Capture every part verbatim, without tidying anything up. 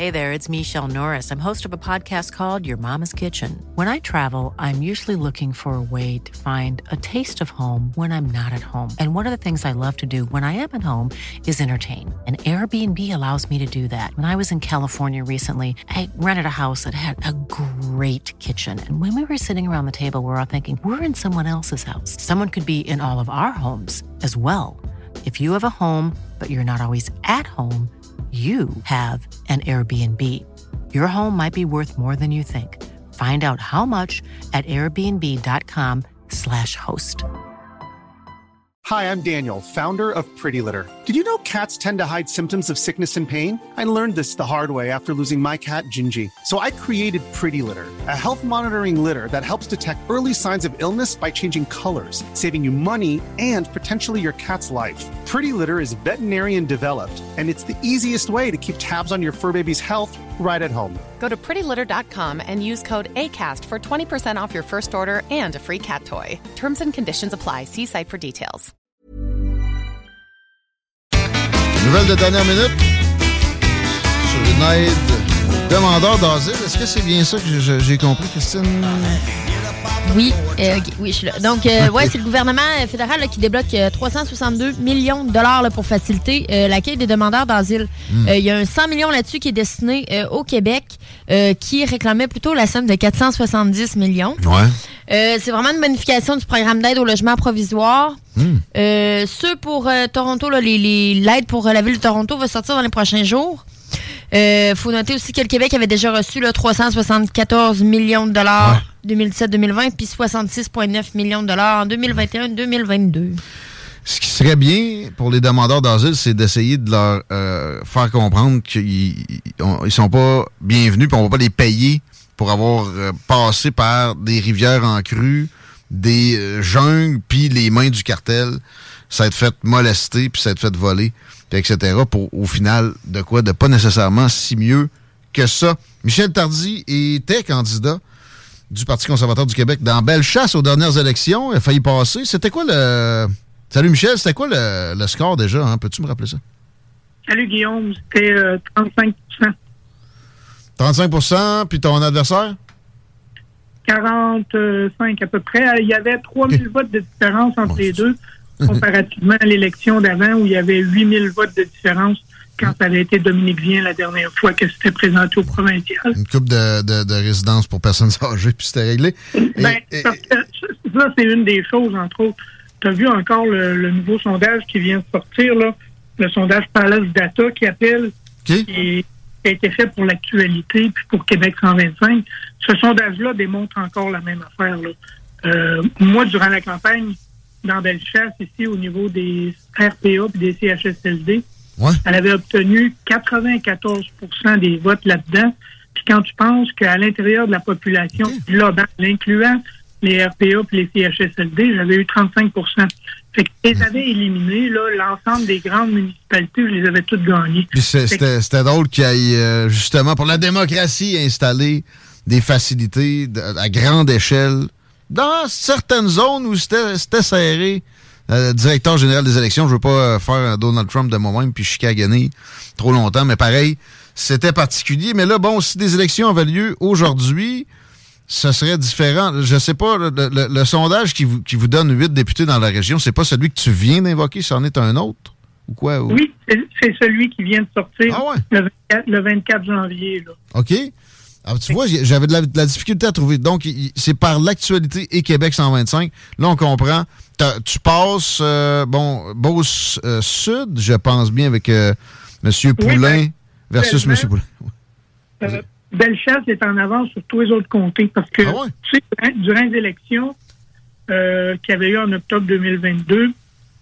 Hey there, it's Michelle Norris. I'm host of a podcast called Your Mama's Kitchen. When I travel, I'm usually looking for a way to find a taste of home when I'm not at home. And one of the things I love to do when I am at home is entertain. And Airbnb allows me to do that. When I was in California recently, I rented a house that had a great kitchen. And when we were sitting around the table, we were all thinking, we're in someone else's house. Someone could be in all of our homes as well. If you have a home, but you're not always at home, you have an Airbnb. Your home might be worth more than you think. Find out how much at airbnb.com slash host. Hi, I'm Daniel, founder of Pretty Litter. Did you know cats tend to hide symptoms of sickness and pain? I learned this the hard way after losing my cat, Gingy. So I created Pretty Litter, a health monitoring litter that helps detect early signs of illness by changing colors, saving you money and potentially your cat's life. Pretty Litter is veterinarian developed, and it's the easiest way to keep tabs on your fur baby's health right at home. Go to pretty litter dot com and use code ACAST for twenty percent off your first order and a free cat toy. Terms and conditions apply. See site for details. Nouvelle de dernière minute sur une aide demandeur d'asile. Est-ce que c'est bien ça que j'ai compris, Christine? Oui, euh, oui, je suis là. Donc, euh, ouais, c'est le gouvernement fédéral là, qui débloque euh, trois cent soixante-deux millions de dollars là, pour faciliter euh, l'accueil des demandeurs d'asile. Il mm. euh, y a un cent millions là-dessus qui est destiné euh, au Québec, euh, qui réclamait plutôt la somme de quatre cent soixante-dix millions. Ouais. Euh, c'est vraiment une bonification du programme d'aide au logement provisoire. Mm. Euh, ceux pour euh, Toronto, là, les, les, l'aide pour euh, la ville de Toronto va sortir dans les prochains jours. Il euh, faut noter aussi que le Québec avait déjà reçu là, trois cent soixante-quatorze millions de dollars en ouais. deux mille dix-sept deux mille vingt, puis soixante-six virgule neuf millions de dollars en deux mille vingt et un deux mille vingt-deux. Ce qui serait bien pour les demandeurs d'asile, c'est d'essayer de leur euh, faire comprendre qu'ils ne sont pas bienvenus, puis on ne va pas les payer pour avoir euh, passé par des rivières en crue, des euh, jungles, puis les mains du cartel, s'être fait molester, puis s'être fait voler, et cetera, pour, au final, de quoi? De pas nécessairement si mieux que ça. Michel Tardy était candidat du Parti conservateur du Québec dans Bellechasse aux dernières élections. Il a failli passer. C'était quoi le... Salut Michel, c'était quoi le, le score déjà? Hein? Peux-tu me rappeler ça? Salut Guillaume, c'était euh, trente-cinq pour cent. trente-cinq pour cent, puis ton adversaire? quarante-cinq à peu près. Il y avait trois mille okay. votes de différence entre bon, les deux, comparativement à l'élection d'avant où il y avait huit mille votes de différence quand ça avait été Dominique Vien la dernière fois que c'était présenté au provincial. Une coupe de, de, de résidence pour personnes âgées, puis c'était réglé. Ben, et, parce que ça, c'est une des choses, entre autres. Tu as vu encore le, le nouveau sondage qui vient de sortir, là, le sondage Palace Data qui appelle, okay. qui, qui a été fait pour l'actualité, puis pour Québec cent vingt-cinq. Ce sondage-là démontre encore la même affaire. Là. Euh, moi, durant la campagne, dans Bellechasse, ici, au niveau des R P A et des C H S L D, ouais. elle avait obtenu quatre-vingt-quatorze pour cent des votes là-dedans. Puis quand tu penses qu'à l'intérieur de la population okay. globale, incluant les R P A et les C H S L D, j'avais eu trente-cinq pour cent. Fait que je les avais éliminés, là, l'ensemble des grandes municipalités, je les avais toutes gagnées. Puis c'était, que... c'était drôle qu'il y ait, euh, justement, pour la démocratie, installé des facilités de, à grande échelle dans certaines zones où c'était, c'était serré. Le euh, directeur général des élections, je veux pas euh, faire un Donald Trump de moi-même puis chicaner trop longtemps, mais pareil, c'était particulier. Mais là, bon, si des élections avaient lieu aujourd'hui, ce serait différent. Je sais pas, le, le, le sondage qui vous, qui vous donne huit députés dans la région, c'est pas celui que tu viens d'invoquer, c'en est un autre? Ou quoi? Ou... Oui, c'est, c'est celui qui vient de sortir ah ouais? le, vingt-quatre, le vingt-quatre janvier. Là. OK. Alors, tu vois, j'avais de la, de la difficulté à trouver. Donc, c'est par l'actualité et Québec cent vingt-cinq. Là, on comprend. T'as, tu passes, euh, bon, Beauce euh, Sud, je pense bien, avec euh, M. Poulain oui, ben, versus M. Poulain. Euh, Bellechasse est en avance sur tous les autres comtés parce que, ah ouais? tu sais, durant, durant les élections euh, qu'il y avait eu en octobre deux mille vingt-deux,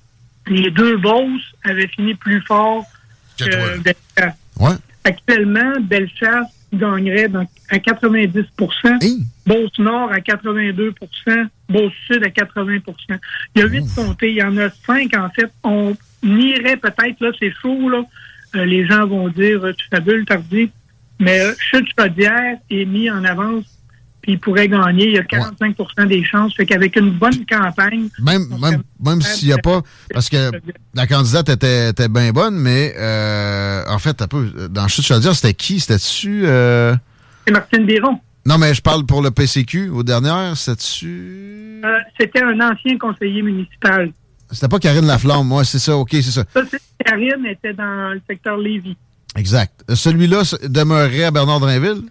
les deux Beauce avaient fini plus fort que, que Bellechasse. Ouais. Actuellement, Bellechasse gagnerait dans, à quatre-vingt-dix pour cent, hey. Beauce-Nord à quatre-vingt-deux pour cent, Beauce-Sud à quatre-vingts pour cent. Il y a huit oh. comtés, il y en a cinq en fait. On irait peut-être, là, c'est chaud, là. Euh, les gens vont dire, tu fabules, Tardy, mais euh, Chute-Chaudière est mis en avance puis il pourrait gagner. Il y a quarante-cinq pour cent ouais. des chances. Fait qu'avec une bonne campagne... Même, même, même s'il n'y a pas... Parce que la candidate était, était bien bonne, mais euh, en fait, un peu, dans Chute Chaudière, c'était qui? C'était-tu... Euh... C'est Martine Biron. Non, mais je parle pour le P C Q. Aux dernières, c'était-tu... Euh, c'était un ancien conseiller municipal. C'était pas Karine Laflamme, moi, c'est ça, OK, c'est ça. Ça, c'est, Karine était dans le secteur Lévis. Exact. Celui-là demeurerait à Bernard Drainville?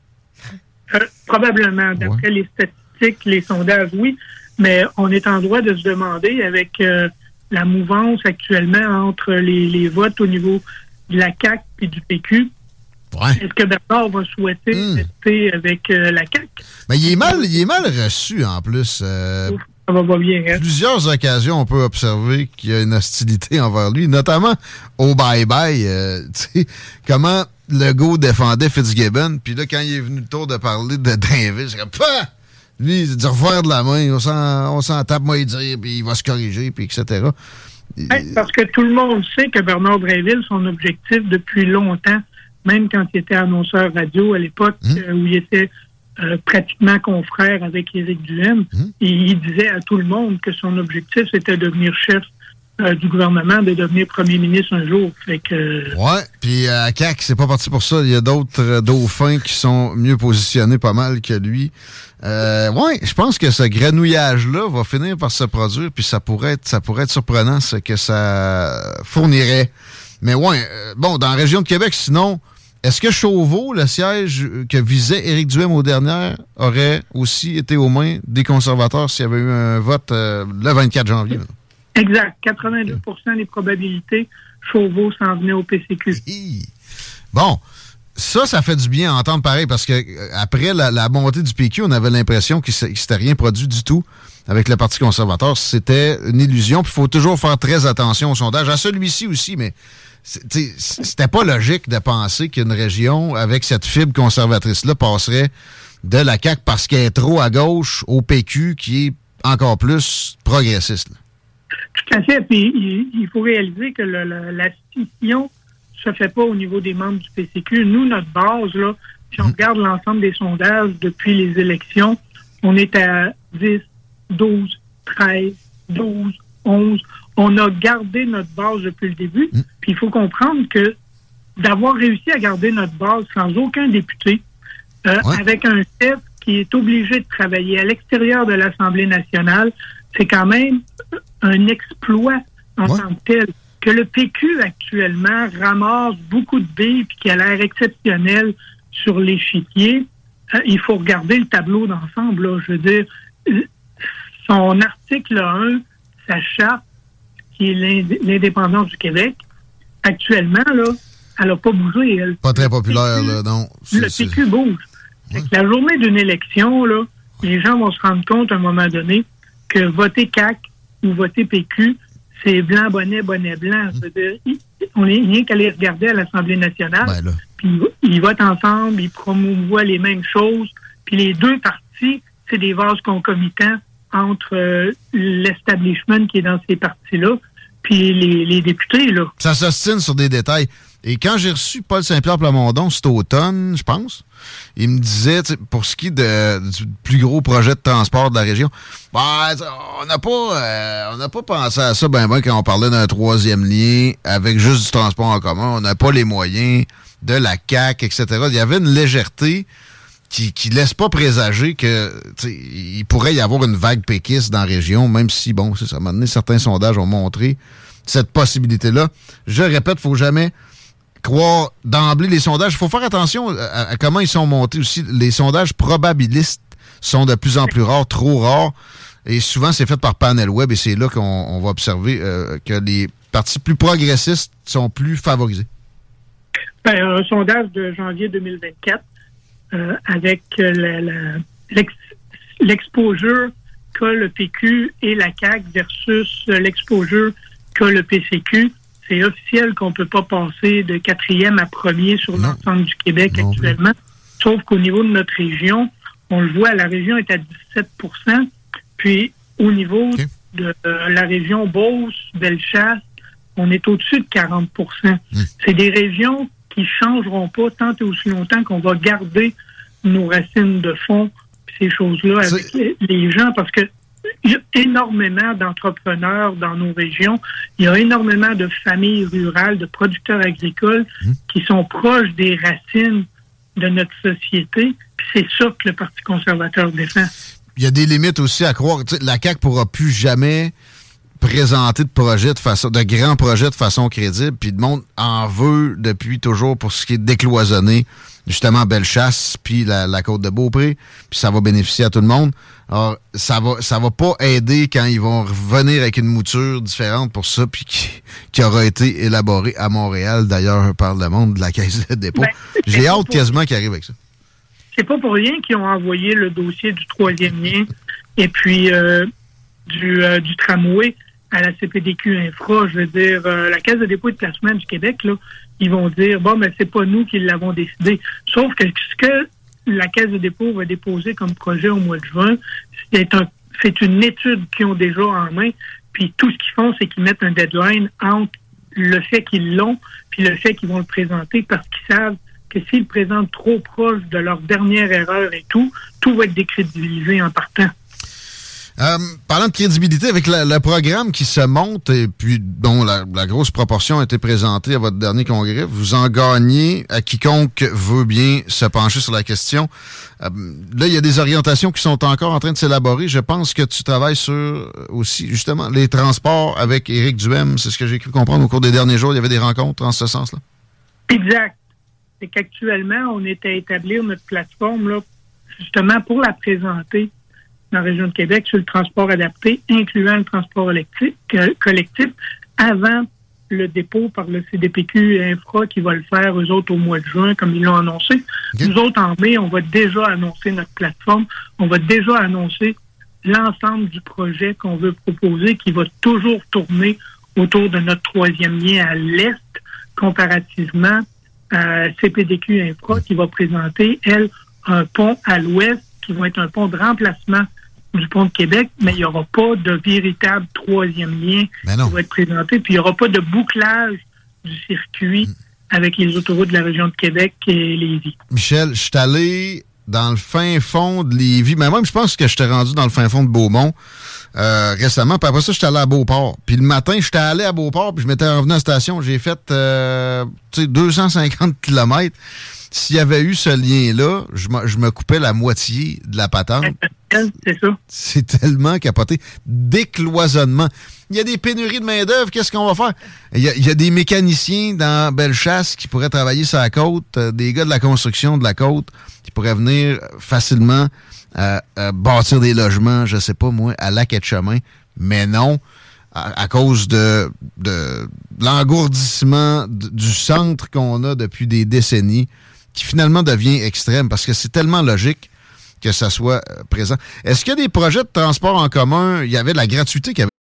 Euh, probablement. D'après ouais. les statistiques, les sondages, oui. Mais on est en droit de se demander, avec euh, la mouvance actuellement entre les, les votes au niveau de la C A Q et du P Q, ouais. est-ce que Bernard va souhaiter mmh. rester avec euh, la C A Q? Mais il est mal, il est mal reçu, en plus. Euh, Ouf, ça va pas bien. Hein? Plusieurs occasions, on peut observer qu'il y a une hostilité envers lui, notamment au bye-bye. Euh, tu sais, comment... Legault défendait Fitzgibbon, puis là, quand il est venu le tour de parler de Drainville, c'est comme, pah! Lui, il dit refaire de la main, on s'en, on s'en tape, moi, il dit, puis il va se corriger, puis et cetera. Ouais, parce que tout le monde sait que Bernard Drainville, son objectif depuis longtemps, même quand il était annonceur radio à l'époque, mmh. euh, où il était euh, pratiquement confrère avec Éric Duhaime, mmh. et il disait à tout le monde que son objectif, c'était de devenir chef Euh, du gouvernement, de devenir premier ministre un jour. Fait que... Ouais, puis à C A Q, c'est pas parti pour ça. Il y a d'autres euh, dauphins qui sont mieux positionnés pas mal que lui. Euh, ouais, je pense que ce grenouillage-là va finir par se produire, puis ça pourrait être, ça pourrait être surprenant ce que ça fournirait. Mais ouais, euh, bon, dans la région de Québec, sinon, est-ce que Chauveau, le siège que visait Éric Duhaime aux dernières, aurait aussi été aux mains des conservateurs s'il y avait eu un vote euh, le vingt-quatre janvier? Là? Exact. quatre-vingt-deux pour cent des probabilités, Chauveau s'en venait au P C Q. Bon, ça, ça fait du bien à entendre pareil, parce que euh, après la, la montée du P Q, on avait l'impression qu'il ne s'était rien produit du tout avec le Parti conservateur. C'était une illusion, puis il faut toujours faire très attention au sondage. À celui-ci aussi, mais c'était pas logique de penser qu'une région avec cette fibre conservatrice-là passerait de la C A Q parce qu'elle est trop à gauche au P Q qui est encore plus progressiste, là. Tout à fait. Puis il, il faut réaliser que le, le, la scission se fait pas au niveau des membres du P C Q. Nous, notre base, là, si on mmh. regarde l'ensemble des sondages depuis les élections, on est à dix, douze, treize, douze, onze. On a gardé notre base depuis le début. Mmh. Puis il faut comprendre que d'avoir réussi à garder notre base sans aucun député, euh, ouais. avec un chef qui est obligé de travailler à l'extérieur de l'Assemblée nationale, c'est quand même un exploit en ouais. tant que tel. Que le P Q, actuellement, ramasse beaucoup de billes et qui a l'air exceptionnel sur l'échiquier, euh, il faut regarder le tableau d'ensemble, là. Je veux dire, son article un, sa charte, qui est l'indépendance du Québec, actuellement, là, elle n'a pas bougé. Elle. Pas très populaire, P Q, là, non. Le P Q bouge. Ouais. La journée d'une élection, là, les gens vont se rendre compte à un moment donné que voter C A Q ou voter P Q, c'est blanc, bonnet, bonnet, blanc. Je veux dire, on n'est rien qu'à les regarder à l'Assemblée nationale. Ben puis ils votent ensemble, ils promouvoient les mêmes choses. Puis les deux partis, c'est des vases concomitants entre euh, l'establishment qui est dans ces partis-là, puis les, les députés, là. Ça s'ostine sur des détails. Et quand j'ai reçu Paul Saint-Pierre Plamondon cet automne, je pense, il me disait, pour ce qui est de, du plus gros projet de transport de la région, ben, on n'a pas euh, on n'a pas pensé à ça ben ben quand on parlait d'un troisième lien avec juste du transport en commun. On n'a pas les moyens de la C A Q, et cetera. Il y avait une légèreté qui qui laisse pas présager que il pourrait y avoir une vague péquiste dans la région, même si, bon, c'est ça, à un moment donné, certains sondages ont montré cette possibilité-là. Je répète, il faut jamais croire d'emblée les sondages. Il faut faire attention à, à comment ils sont montés aussi. Les sondages probabilistes sont de plus en plus rares, trop rares. Et souvent, c'est fait par panel web et c'est là qu'on on va observer euh, que les partis plus progressistes sont plus favorisés. Ben, un sondage de janvier deux mille vingt-quatre euh, avec la, la, l'ex, l'exposure qu'a le P Q et la C A Q versus l'exposure qu'a le P C Q. C'est officiel qu'on ne peut pas passer de quatrième à premier sur non. l'ensemble du Québec non actuellement. Plus. Sauf qu'au niveau de notre région, on le voit, la région est à dix-sept pour cent. Puis au niveau okay. de euh, la région Beauce, Bellechasse, on est au-dessus de quarante pour cent. Mmh. C'est des régions qui ne changeront pas tant et aussi longtemps qu'on va garder nos racines de fond ces choses-là avec les, les gens, parce que il y a énormément d'entrepreneurs dans nos régions. Il y a énormément de familles rurales, de producteurs agricoles mmh. qui sont proches des racines de notre société. Puis c'est ça que le Parti conservateur défend. Il y a des limites aussi à croire. T'sais, la C A Q ne pourra plus jamais présenter de projets de façon, de grands projets de façon crédible. Puis le monde en veut depuis toujours pour ce qui est décloisonné. Justement, Bellechasse, puis la, la côte de Beaupré, puis ça va bénéficier à tout le monde. Alors, ça va ça va pas aider quand ils vont revenir avec une mouture différente pour ça, puis qui, qui aura été élaborée à Montréal, d'ailleurs, par le monde de la Caisse de dépôt. Ben, J'ai hâte quasiment qu'ils arrivent avec ça. C'est pas pour rien qu'ils ont envoyé le dossier du troisième lien et puis euh, du, euh, du tramway à la C P D Q Infra. Je veux dire, euh, la Caisse de dépôt et de placement du Québec, là, ils vont dire, bon, mais c'est pas nous qui l'avons décidé. Sauf que ce que la Caisse de dépôt va déposer comme projet au mois de juin, c'est, un, c'est une étude qu'ils ont déjà en main. Puis tout ce qu'ils font, c'est qu'ils mettent un deadline entre le fait qu'ils l'ont puis le fait qu'ils vont le présenter, parce qu'ils savent que s'ils le présentent trop proche de leur dernière erreur et tout, tout va être décrédibilisé en partant. Euh, parlant de crédibilité, avec la, le programme qui se monte et puis dont la, la grosse proportion a été présentée à votre dernier congrès, vous en gagnez à quiconque veut bien se pencher sur la question. Euh, là, il y a des orientations qui sont encore en train de s'élaborer. Je pense que tu travailles sur aussi, justement, les transports avec Éric Duhem. C'est ce que j'ai cru comprendre au cours des derniers jours. Il y avait des rencontres en ce sens-là. Exact. C'est qu'actuellement, on est à établir notre plateforme là, justement pour la présenter dans la région de Québec sur le transport adapté, incluant le transport électrique, euh, collectif, avant le dépôt par le C D P Q Infra qui va le faire, eux autres, au mois de juin, comme ils l'ont annoncé. Okay. Nous autres, en mai, on va déjà annoncer notre plateforme. On va déjà annoncer l'ensemble du projet qu'on veut proposer, qui va toujours tourner autour de notre troisième lien à l'Est, comparativement à C P D Q Infra, qui va présenter, elle, un pont à l'Ouest, qui va être un pont de remplacement du pont de Québec, mais il n'y aura pas de véritable troisième lien qui va être présenté, puis il n'y aura pas de bouclage du circuit mmh. avec les autoroutes de la région de Québec et Lévis. Michel, je suis allé dans le fin fond de Lévis, mais même je pense que je t'ai rendu dans le fin fond de Beaumont euh, récemment, puis après ça, je suis allé à Beauport. Puis le matin, j'étais allé à Beauport, puis je m'étais revenu à la station, j'ai fait euh, deux cent cinquante kilomètres. S'il y avait eu ce lien-là, je me, je me coupais la moitié de la patente. C'est ça. C'est tellement capoté. Décloisonnement. Il y a des pénuries de main-d'œuvre. Qu'est-ce qu'on va faire? Il y a, il y a des mécaniciens dans Bellechasse qui pourraient travailler sur la côte, euh, des gars de la construction de la côte qui pourraient venir facilement euh, euh, bâtir des logements, je sais pas moi, à Lac-et-Chemin. Mais non, à, à cause de, de l'engourdissement d- du centre qu'on a depuis des décennies, qui finalement devient extrême parce que c'est tellement logique que ça soit euh, présent. Est-ce qu'il y a des projets de transport en commun? Il y avait de la gratuité qu'il y avait.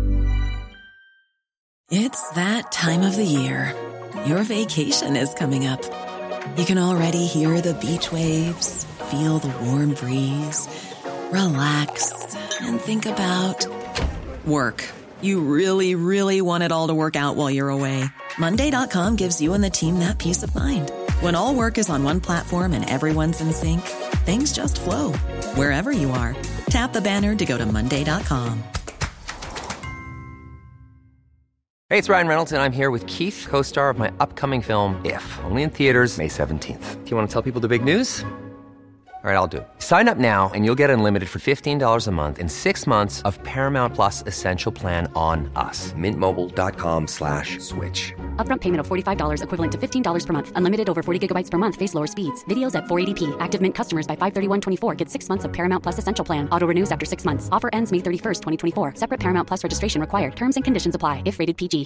It's that time of the year. Your vacation is coming up. You can already hear the beach waves, feel the warm breeze, relax, and think about work. You really, really want it all to work out while you're away. Monday dot com gives you and the team that peace of mind. When all work is on one platform and everyone's in sync, things just flow. Wherever you are, tap the banner to go to Monday dot com. Hey, it's Ryan Reynolds, and I'm here with Keith, co-star of my upcoming film, If, only in theaters May seventeenth. Do you want to tell people the big news? All right, I'll do it. Sign up now and you'll get unlimited for fifteen dollars a month and six months of Paramount Plus Essential Plan on us. Mint Mobile dot com slash switch. Upfront payment of forty-five dollars equivalent to fifteen dollars per month. Unlimited over forty gigabytes per month. Face lower speeds. Videos at four eighty p. Active Mint customers by five thirty-one twenty-four get six months of Paramount Plus Essential Plan. Auto renews after six months. Offer ends May thirty-first, twenty twenty-four. Separate Paramount Plus registration required. Terms and conditions apply if rated P G.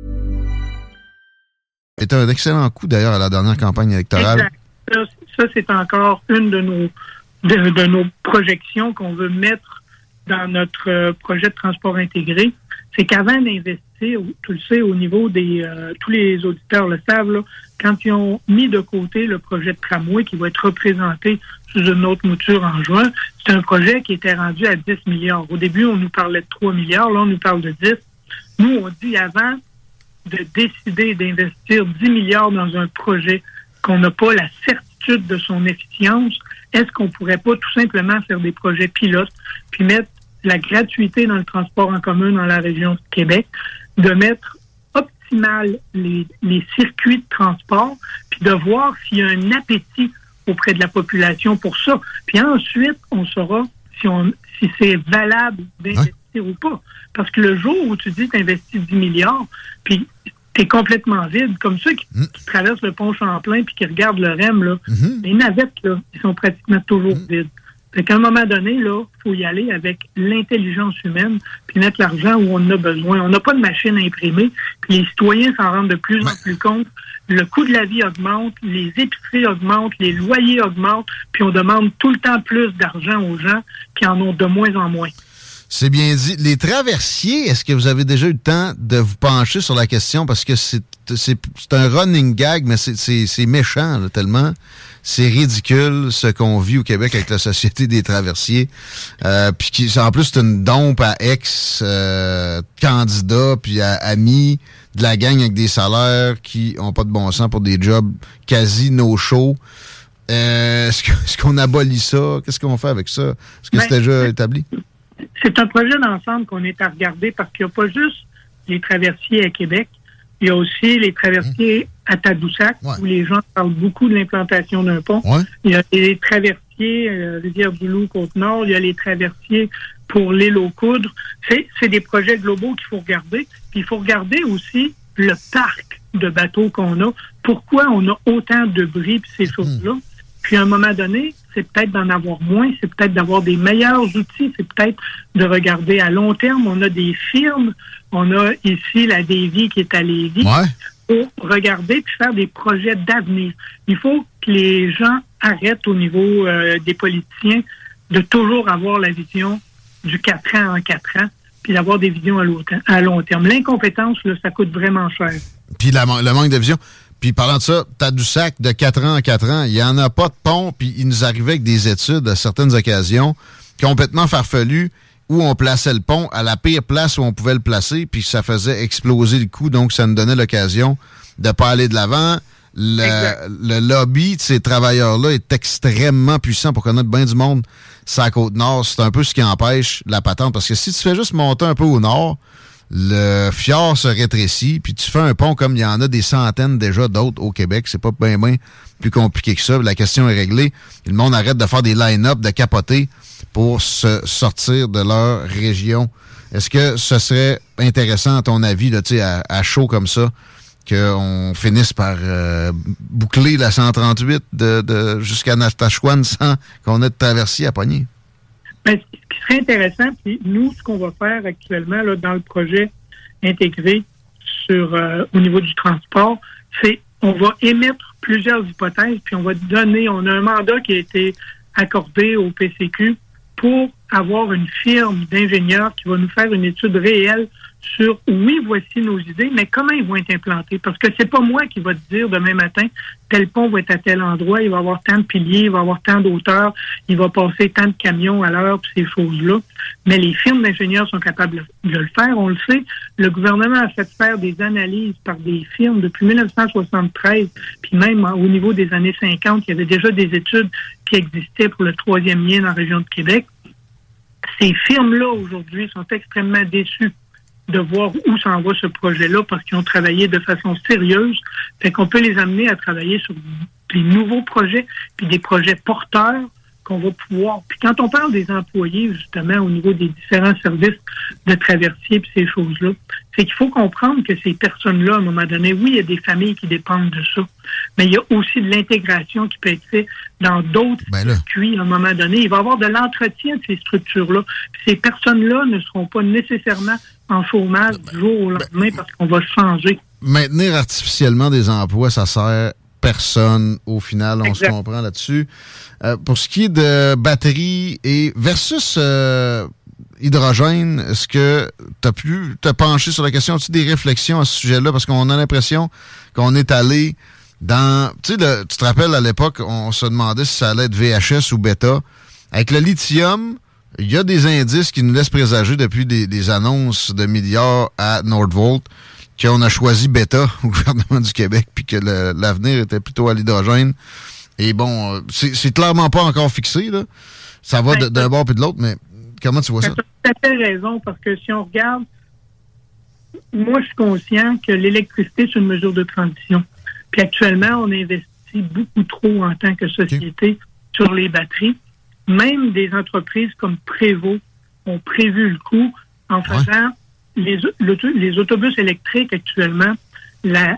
C'était un excellent coup d'ailleurs à la dernière campagne électorale. Exact. Ça, ça c'est encore une de nos de, de nos projections qu'on veut mettre dans notre euh, projet de transport intégré. C'est qu'avant d'investir, tu le sais, au niveau des euh, tous les auditeurs le savent, là, quand ils ont mis de côté le projet de tramway qui va être représenté sous une autre mouture en juin, c'est un projet qui était rendu à dix milliards. Au début, on nous parlait de trois milliards, là, on nous parle de dix. Nous, on dit avant de décider d'investir dix milliards dans un projet qu'on n'a pas la certitude de son efficience, est-ce qu'on pourrait pas tout simplement faire des projets pilotes, puis mettre la gratuité dans le transport en commun dans la région de Québec, de mettre optimal les, les circuits de transport, puis de voir s'il y a un appétit auprès de la population pour ça. Puis ensuite, on saura si, on, si c'est valable d'investir hein? ou pas. Parce que le jour où tu dis que tu investis dix milliards, puis t'es complètement vide, comme ceux qui, mmh. qui traversent le pont Champlain puis qui regardent le R E M, là, mmh. les navettes, là, ils sont pratiquement toujours mmh. vides. Fait qu'à un moment donné, là, faut y aller avec l'intelligence humaine puis mettre l'argent où on en a besoin. On n'a pas de machine à imprimer, puis les citoyens s'en rendent de plus en plus compte. Le coût de la vie augmente, les épiceries augmentent, les loyers augmentent, puis on demande tout le temps plus d'argent aux gens qui en ont de moins en moins. C'est bien dit. Les traversiers, est-ce que vous avez déjà eu le temps de vous pencher sur la question? Parce que c'est, c'est, c'est un running gag, mais c'est, c'est, c'est méchant, là, tellement. C'est ridicule ce qu'on vit au Québec avec la Société des traversiers. Euh, puis qui, en plus, c'est une dompe à ex-candidats, euh, puis à amis de la gang avec des salaires qui ont pas de bon sens pour des jobs quasi no-show. Euh, est-ce, que, est-ce qu'on abolit ça? Qu'est-ce qu'on fait avec ça? Est-ce que ben, c'est déjà établi? C'est un projet d'ensemble qu'on est à regarder parce qu'il n'y a pas juste les traversiers à Québec, il y a aussi les traversiers mmh. à Tadoussac, ouais. où les gens parlent beaucoup de l'implantation d'un pont. Ouais. Il y a les traversiers euh, Rivière-du-Loup, Côte-Nord, il y a les traversiers pour l'île aux Coudres. C'est, c'est des projets globaux qu'il faut regarder. Puis il faut regarder aussi le parc de bateaux qu'on a. Pourquoi on a autant de bris et ces mmh. choses-là? Puis à un moment donné, c'est peut-être d'en avoir moins, c'est peut-être d'avoir des meilleurs outils, c'est peut-être de regarder à long terme. On a des firmes, on a ici la Davy qui est à Lévis, ouais. pour regarder puis faire des projets d'avenir. Il faut que les gens arrêtent au niveau euh, des politiciens de toujours avoir la vision du quatre ans en quatre ans, puis d'avoir des visions à long, à long terme. L'incompétence, là, ça coûte vraiment cher. Puis la, le manque de vision. Puis parlant de ça, Tadoussac, de quatre ans en quatre ans, il n'y en a pas de pont, puis il nous arrivait avec des études à certaines occasions complètement farfelues où on plaçait le pont à la pire place où on pouvait le placer, puis ça faisait exploser le coût, donc ça nous donnait l'occasion de ne pas aller de l'avant. Le, le lobby de ces travailleurs-là est extrêmement puissant pour connaître bien du monde sur la Côte-Nord. C'est un peu ce qui empêche la patente, parce que si tu fais juste monter un peu au nord, le fjord se rétrécit, puis tu fais un pont comme il y en a des centaines déjà d'autres au Québec. C'est pas bien, bien plus compliqué que ça. La question est réglée. Le monde arrête de faire des line-up, de capoter pour se sortir de leur région. Est-ce que ce serait intéressant, à ton avis, là, à, à chaud comme ça, qu'on finisse par euh, boucler la cent trente-huit de, de, jusqu'à Natashquan sans qu'on ait de traversier à pogner? Ben, ce qui serait intéressant, puis nous, ce qu'on va faire actuellement là, dans le projet intégré sur euh, au niveau du transport, c'est on va émettre plusieurs hypothèses, puis on va donner, on a un mandat qui a été accordé au P C Q pour avoir une firme d'ingénieurs qui va nous faire une étude réelle sur, oui, voici nos idées, mais comment ils vont être implantés. Parce que c'est pas moi qui va te dire demain matin, tel pont va être à tel endroit, il va avoir tant de piliers, il va avoir tant d'auteurs, il va passer tant de camions à l'heure, puis ces choses-là. Mais les firmes d'ingénieurs sont capables de le faire, on le sait. Le gouvernement a fait faire des analyses par des firmes depuis dix-neuf cent soixante-treize, puis même au niveau des années cinquante, il y avait déjà des études qui existaient pour le troisième lien dans la région de Québec. Ces firmes-là, aujourd'hui, sont extrêmement déçues de voir où s'en va ce projet-là parce qu'ils ont travaillé de façon sérieuse. Fait qu'on peut les amener à travailler sur des nouveaux projets puis des projets porteurs qu'on va pouvoir... Puis quand on parle des employés, justement, au niveau des différents services de traversier puis ces choses-là, c'est qu'il faut comprendre que ces personnes-là, à un moment donné, oui, il y a des familles qui dépendent de ça, mais il y a aussi de l'intégration qui peut être faite dans d'autres ben circuits à un moment donné. Il va y avoir de l'entretien de ces structures-là. Puis ces personnes-là ne seront pas nécessairement en chômage du jour au lendemain ben, parce qu'on va changer. Maintenir artificiellement des emplois, ça sert personne au final, on exact. Se comprend là-dessus. Euh, pour ce qui est de batterie et versus euh, hydrogène, est-ce que tu as pu te pencher sur la question? As-tu des réflexions à ce sujet-là? Parce qu'on a l'impression qu'on est allé dans... Tu sais, tu te rappelles, à l'époque, on se demandait si ça allait être V H S ou bêta. Avec le lithium, il y a des indices qui nous laissent présager depuis des, des annonces de milliards à Nordvolt qu'on a choisi bêta au gouvernement du Québec puis que le, l'avenir était plutôt à l'hydrogène Et bon, c'est, c'est clairement pas encore fixé, là. Ça va ben, d'un bord puis de l'autre, mais comment tu vois ça? Tu as tout à fait raison, parce que si on regarde, moi, je suis conscient que l'électricité, c'est une mesure de transition. Puis actuellement, on investit beaucoup trop en tant que société okay. sur les batteries. Même des entreprises comme Prévost ont prévu le coup en faisant ouais. les, les autobus électriques actuellement, la,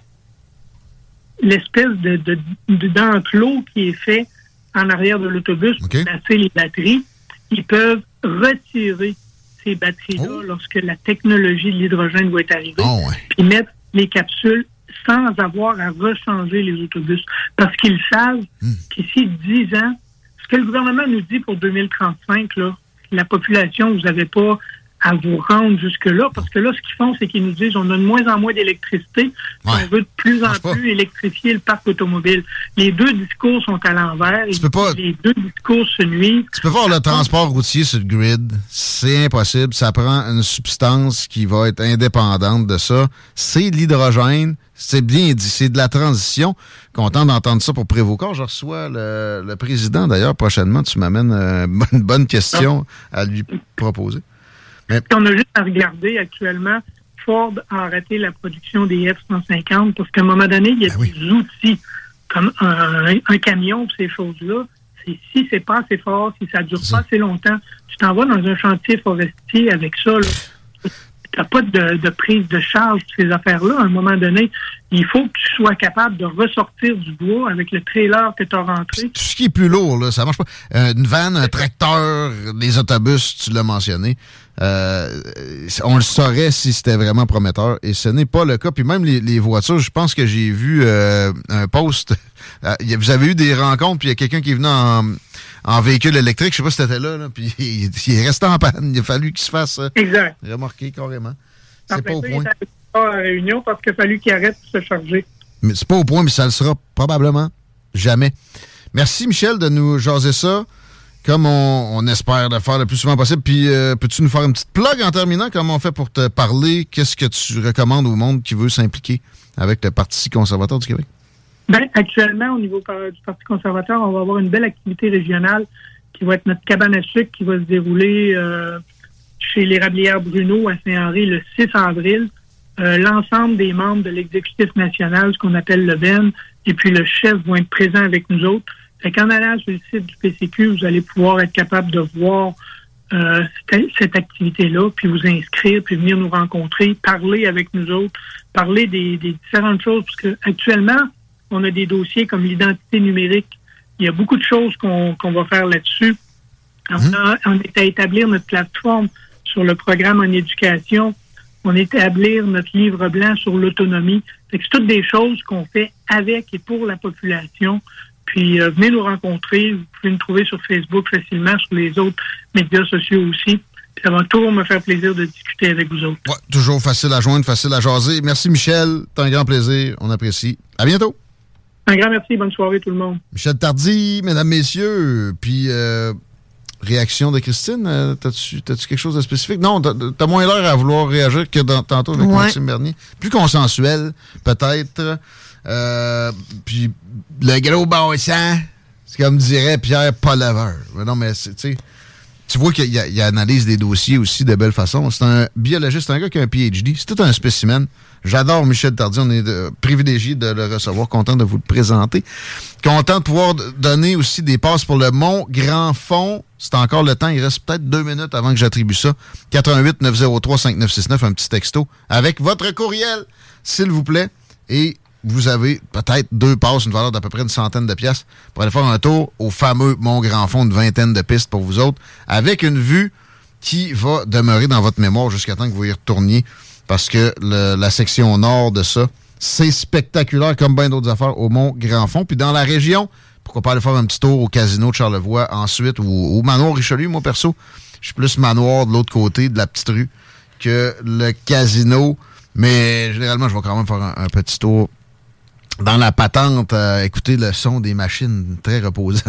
l'espèce de, de, de d'enclos qui est fait en arrière de l'autobus okay. pour placer les batteries, ils peuvent retirer ces batteries-là oh. lorsque la technologie de l'hydrogène va être arrivée, oh, ouais. puis mettre les capsules sans avoir à rechanger les autobus. Parce qu'ils savent mm. qu'ici dix ans, ce que le gouvernement nous dit pour deux mille trente-cinq, là, la population, vous n'avez pas à vous rendre jusque-là, parce que là, ce qu'ils font, c'est qu'ils nous disent on a de moins en moins d'électricité, ouais. on veut de plus en plus pas. électrifier le parc automobile. Les deux discours sont à l'envers, et pas... les deux discours se nuisent. Tu peux pas avoir le transport routier sur le grid, c'est impossible, ça prend une substance qui va être indépendante de ça, c'est l'hydrogène, c'est bien dit, c'est de la transition. Content d'entendre ça pour Prévost. Je reçois le, le président, d'ailleurs, prochainement, tu m'amènes euh, une bonne question à lui proposer. Mais... On a juste à regarder actuellement, Ford a arrêté la production des F cent cinquante parce qu'à un moment donné, il y a ben des oui. outils comme un, un camion pour ces choses-là. C'est, si c'est pas assez fort, si ça dure pas assez longtemps, tu t'en vas dans un chantier forestier avec ça, là. Tu n'as pas de, de prise de charge de ces affaires-là. À un moment donné, il faut que tu sois capable de ressortir du bois avec le trailer que tu as rentré. Tout ce qui est plus lourd, là, ça marche pas. Euh, une vanne, un tracteur, les autobus, tu l'as mentionné. Euh, on le saurait si c'était vraiment prometteur et ce n'est pas le cas. Puis même les, les voitures, je pense que j'ai vu euh, un post. Euh, vous avez eu des rencontres, puis il y a quelqu'un qui est venu en, en véhicule électrique, je sais pas si c'était là, là puis il, il est resté en panne. Il a fallu qu'il se fasse euh, exact. remarquer carrément. C'est en pas au point. Il était à la réunion parce qu'il a fallu qu'il arrête de se charger. Mais c'est pas au point, mais ça le sera probablement jamais. Merci Michel de nous jaser ça. Comme on, on espère le faire le plus souvent possible. Puis, euh, peux-tu nous faire une petite plug en terminant? Comment on fait pour te parler? Qu'est-ce que tu recommandes au monde qui veut s'impliquer avec le Parti conservateur du Québec? Bien, actuellement, au niveau du Parti conservateur, on va avoir une belle activité régionale qui va être notre cabane à sucre qui va se dérouler euh, chez l'Érablière Bruno à Saint-Henri le six avril. Euh, l'ensemble des membres de l'exécutif national, ce qu'on appelle le B E N, et puis le chef vont être présents avec nous autres. Fait qu'en allant sur le site du P C Q, vous allez pouvoir être capable de voir euh, cette, cette activité-là, puis vous inscrire, puis venir nous rencontrer, parler avec nous autres, parler des, des différentes choses, parce que actuellement, on a des dossiers comme l'identité numérique. Il y a beaucoup de choses qu'on, qu'on va faire là-dessus. On, a, on est à établir notre plateforme sur le programme en éducation. On est à établir notre livre blanc sur l'autonomie. Fait que c'est toutes des choses qu'on fait avec et pour la population. Puis euh, venez nous rencontrer. Vous pouvez nous trouver sur Facebook facilement, sur les autres médias sociaux aussi. Puis ça va toujours me faire plaisir de discuter avec vous autres. Ouais, toujours facile à joindre, facile à jaser. Merci Michel, c'est un grand plaisir, on apprécie. À bientôt. Un grand merci, bonne soirée tout le monde. Michel Tardy, mesdames, messieurs, puis euh, réaction de Christine, euh, t'as-tu, t'as-tu quelque chose de spécifique? Non, t'as, t'as moins l'air à vouloir réagir que dans, tantôt avec ouais. Maxime Bernier. Plus consensuel, peut-être. Euh, puis le gros bon sang, c'est comme dirait Pierre Poilievre. Mais non, mais tu sais, tu vois qu'il y a, il y a analyse des dossiers aussi de belle façon. C'est un biologiste, c'est un gars qui a un P H D. C'est tout un spécimen. J'adore Michel Tardy. On est de, privilégié de le recevoir. Content de vous le présenter. Content de pouvoir donner aussi des passes pour le Mont Grand Fond. C'est encore le temps. Il reste peut-être deux minutes avant que j'attribue ça. quatre un huit neuf zéro trois cinq neuf six neuf, un petit texto avec votre courriel, s'il vous plaît. Et vous avez peut-être deux passes, une valeur d'à peu près une centaine de piastres pour aller faire un tour au fameux Mont Grand Fond, une vingtaine de pistes pour vous autres, avec une vue qui va demeurer dans votre mémoire jusqu'à temps que vous y retourniez, parce que le, la section nord de ça, c'est spectaculaire comme bien d'autres affaires au Mont Grand Fond. Puis dans la région, pourquoi pas aller faire un petit tour au casino de Charlevoix ensuite, ou au Manoir Richelieu, moi perso, je suis plus manoir de l'autre côté de la petite rue que le casino, mais généralement, je vais quand même faire un, un petit tour dans la patente, euh, écouter le son des machines, très reposant.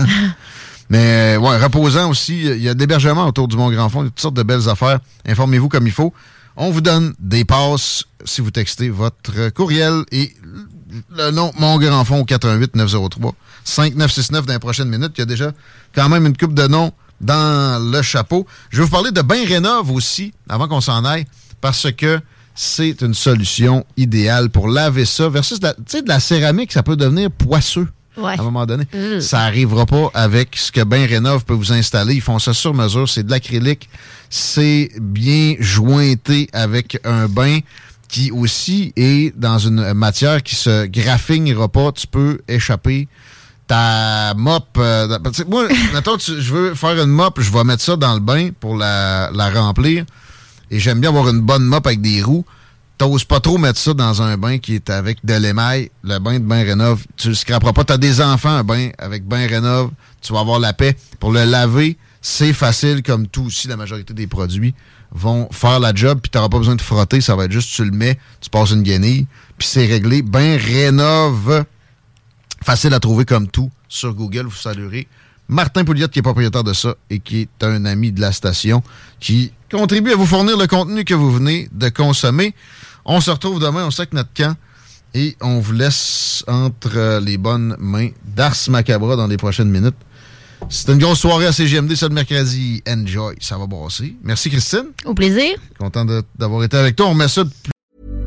Mais, ouais, reposant aussi. Il y a de l'hébergement autour du Mont Grand Fond. Il y a toutes sortes de belles affaires. Informez-vous comme il faut. On vous donne des passes si vous textez votre courriel. Et le nom Mon Grand Fond au quatre un huit neuf zéro trois cinq neuf six neuf dans les prochaines minutes. Il y a déjà quand même une couple de noms dans le chapeau. Je vais vous parler de Bain Rénov aussi, avant qu'on s'en aille, parce que c'est une solution idéale pour laver ça. Versus, de la, tu sais, de la céramique, ça peut devenir poisseux. Ouais. À un moment donné. Mmh. Ça n'arrivera pas avec ce que Bain Rénov peut vous installer. Ils font ça sur mesure. C'est de l'acrylique. C'est bien jointé avec un bain qui aussi est dans une matière qui se graffinera pas. Tu peux échapper ta mop. Euh, moi, mettons, tu, je veux faire une mop, je vais mettre ça dans le bain pour la, la remplir. Et j'aime bien avoir une bonne mop avec des roues. T'oses pas trop mettre ça dans un bain qui est avec de l'émail. Le bain de Bain Rénov, tu le scraperas pas. T'as des enfants, un bain avec Bain Rénov, tu vas avoir la paix. Pour le laver, c'est facile comme tout aussi. La majorité des produits vont faire la job, puis t'auras pas besoin de frotter. Ça va être juste, tu le mets, tu passes une guenille, puis c'est réglé. Bain Rénov, facile à trouver comme tout sur Google. Vous saluerez Martin Pouliot, qui est propriétaire de ça et qui est un ami de la station, qui contribue à vous fournir le contenu que vous venez de consommer. On se retrouve demain, on sac notre camp et on vous laisse entre les bonnes mains d'Ars Macabra dans les prochaines minutes. C'était une grosse soirée à C G M D, ça, le mercredi. Enjoy, ça va brasser. Merci, Christine. Au plaisir. Content de, d'avoir été avec toi. On remet ça de plus.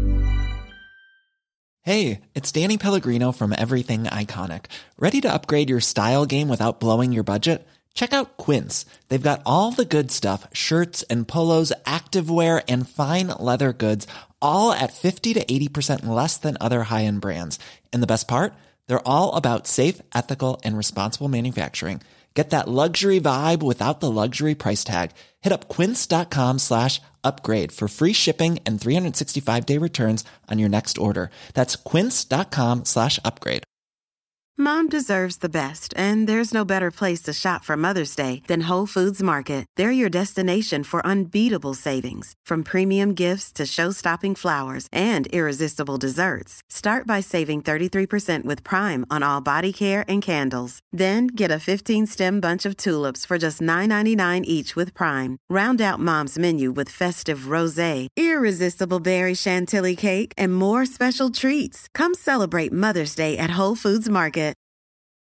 Hey, it's Danny Pellegrino from Everything Iconic. Ready to upgrade your style game without blowing your budget? Check out Quince. They've got all the good stuff, shirts and polos, activewear, and fine leather goods, all at fifty to eighty percent less than other high-end brands. And the best part? They're all about safe, ethical, and responsible manufacturing. Get that luxury vibe without the luxury price tag. Hit up quince.com slash upgrade for free shipping and three sixty-five day returns on your next order. That's quince.com slash upgrade. Mom deserves the best, and there's no better place to shop for Mother's Day than Whole Foods Market. They're your destination for unbeatable savings, from premium gifts to show-stopping flowers and irresistible desserts. Start by saving thirty-three percent with Prime on all body care and candles. Then get a fifteen-stem bunch of tulips for just nine ninety-nine each with Prime. Round out Mom's menu with festive rosé, irresistible berry chantilly cake, and more special treats. Come celebrate Mother's Day at Whole Foods Market.